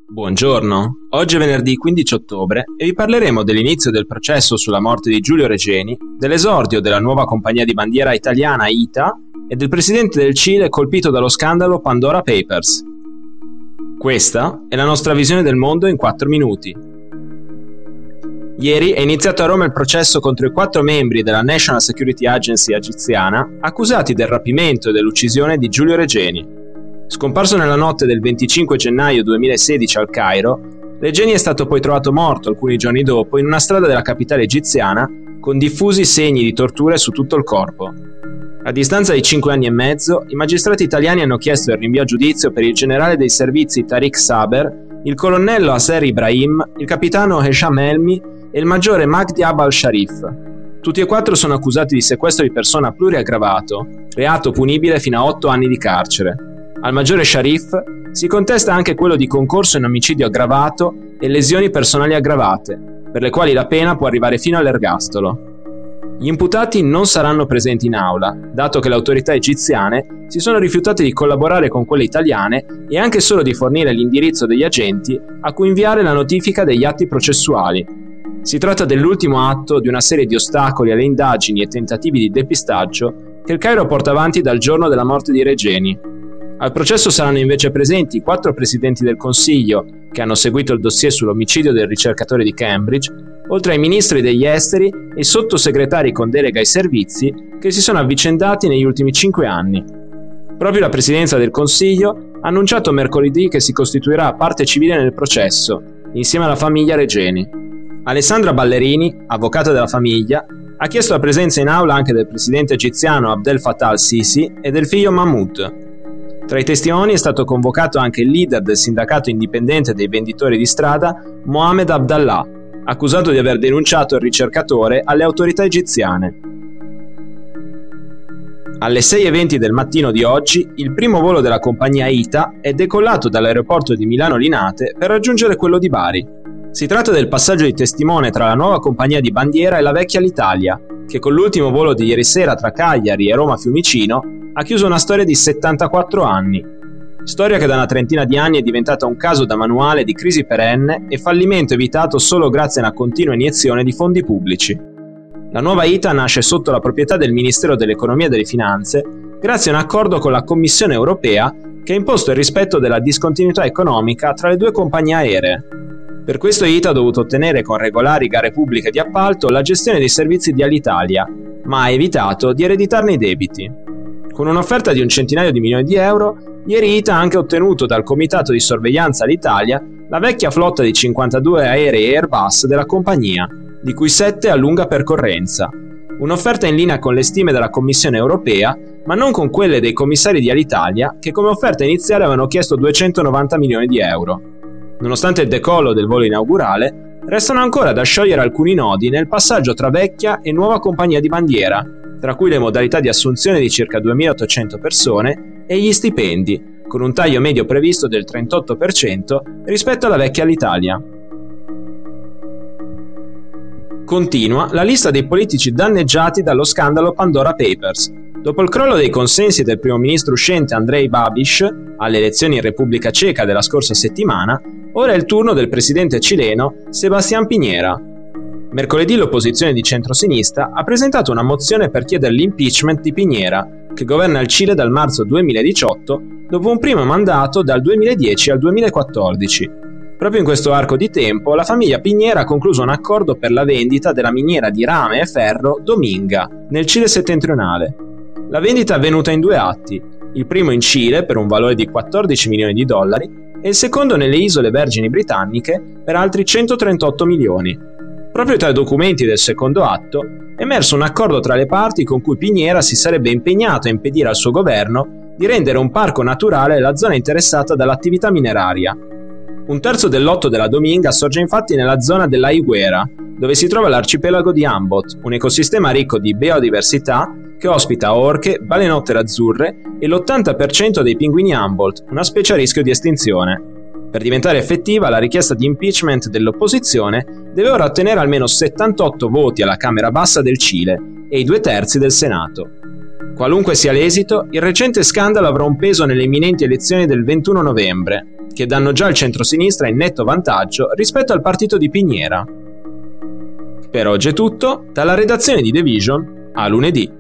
Buongiorno, oggi è venerdì 15 ottobre e vi parleremo dell'inizio del processo sulla morte di Giulio Regeni, dell'esordio della nuova compagnia di bandiera italiana ITA e del presidente del Cile colpito dallo scandalo Pandora Papers. Questa è la nostra visione del mondo in 4 minuti. Ieri è iniziato a Roma il processo contro i 4 membri della National Security Agency egiziana accusati del rapimento e dell'uccisione di Giulio Regeni. Scomparso nella notte del 25 gennaio 2016 al Cairo, Regeni è stato poi trovato morto alcuni giorni dopo in una strada della capitale egiziana con diffusi segni di torture su tutto il corpo. A distanza di 5 anni e mezzo, i magistrati italiani hanno chiesto il rinvio a giudizio per il generale dei servizi Tariq Saber, il colonnello Aser Ibrahim, il capitano Hesham Helmi e il maggiore Magdi Abal Sharif. Tutti e 4 sono accusati di sequestro di persona pluriaggravato, reato punibile fino a 8 anni di carcere. Al maggiore Sharif si contesta anche quello di concorso in omicidio aggravato e lesioni personali aggravate, per le quali la pena può arrivare fino all'ergastolo. Gli imputati non saranno presenti in aula, dato che le autorità egiziane si sono rifiutate di collaborare con quelle italiane e anche solo di fornire l'indirizzo degli agenti a cui inviare la notifica degli atti processuali. Si tratta dell'ultimo atto di una serie di ostacoli alle indagini e tentativi di depistaggio che il Cairo porta avanti dal giorno della morte di Regeni. Al processo saranno invece presenti 4 presidenti del Consiglio che hanno seguito il dossier sull'omicidio del ricercatore di Cambridge, oltre ai ministri degli esteri e sottosegretari con delega ai servizi che si sono avvicendati negli ultimi 5 anni. Proprio la presidenza del Consiglio ha annunciato mercoledì che si costituirà parte civile nel processo, insieme alla famiglia Regeni. Alessandra Ballerini, avvocata della famiglia, ha chiesto la presenza in aula anche del presidente egiziano Abdel Fattah al-Sisi e del figlio Mahmoud. Tra i testimoni è stato convocato anche il leader del sindacato indipendente dei venditori di strada, Mohamed Abdallah, accusato di aver denunciato il ricercatore alle autorità egiziane. Alle 6:20 del mattino di oggi, il primo volo della compagnia ITA è decollato dall'aeroporto di Milano Linate per raggiungere quello di Bari. Si tratta del passaggio di testimone tra la nuova compagnia di bandiera e la vecchia Alitalia, che con l'ultimo volo di ieri sera tra Cagliari e Roma Fiumicino ha chiuso una storia di 74 anni. Storia che da una trentina di anni è diventata un caso da manuale di crisi perenne e fallimento evitato solo grazie a una continua iniezione di fondi pubblici. La nuova ITA nasce sotto la proprietà del Ministero dell'Economia e delle Finanze grazie a un accordo con la Commissione europea che ha imposto il rispetto della discontinuità economica tra le 2 compagnie aeree. Per questo ITA ha dovuto ottenere con regolari gare pubbliche di appalto la gestione dei servizi di Alitalia, ma ha evitato di ereditarne i debiti. Con un'offerta di 100 milioni di euro, ieri ITA ha anche ottenuto dal Comitato di Sorveglianza Alitalia la vecchia flotta di 52 aerei Airbus della compagnia, di cui 7 a lunga percorrenza. Un'offerta in linea con le stime della Commissione europea, ma non con quelle dei commissari di Alitalia, che come offerta iniziale avevano chiesto 290 milioni di euro. Nonostante il decollo del volo inaugurale, restano ancora da sciogliere alcuni nodi nel passaggio tra vecchia e nuova compagnia di bandiera, tra cui le modalità di assunzione di circa 2.800 persone e gli stipendi, con un taglio medio previsto del 38% rispetto alla vecchia Alitalia. Continua la lista dei politici danneggiati dallo scandalo Pandora Papers. Dopo il crollo dei consensi del primo ministro uscente Andrej Babiš alle elezioni in Repubblica Ceca della scorsa settimana, ora è il turno del presidente cileno Sebastián Piñera. Mercoledì l'opposizione di centrosinistra ha presentato una mozione per chiedere l'impeachment di Piñera, che governa il Cile dal marzo 2018, dopo un primo mandato dal 2010 al 2014. Proprio in questo arco di tempo, la famiglia Piñera ha concluso un accordo per la vendita della miniera di rame e ferro Dominga, nel Cile settentrionale. La vendita è avvenuta in 2 atti, il primo in Cile per un valore di 14 milioni di dollari e il secondo nelle Isole Vergini Britanniche per altri 138 milioni. Proprio tra i documenti del secondo atto è emerso un accordo tra le parti con cui Piñera si sarebbe impegnato a impedire al suo governo di rendere un parco naturale la zona interessata dall'attività mineraria. 1/3 del lotto della Dominga sorge infatti nella zona della Higuera, dove si trova l'arcipelago di Ambot, un ecosistema ricco di biodiversità che ospita orche, balenottere azzurre e l'80% dei pinguini Humboldt, una specie a rischio di estinzione. Per diventare effettiva, la richiesta di impeachment dell'opposizione deve ora ottenere almeno 78 voti alla Camera Bassa del Cile e i 2/3 del Senato. Qualunque sia l'esito, il recente scandalo avrà un peso nelle imminenti elezioni del 21 novembre. che danno già il centrosinistra in netto vantaggio rispetto al partito di Piñera. Per oggi è tutto, dalla redazione di The Vision, a lunedì.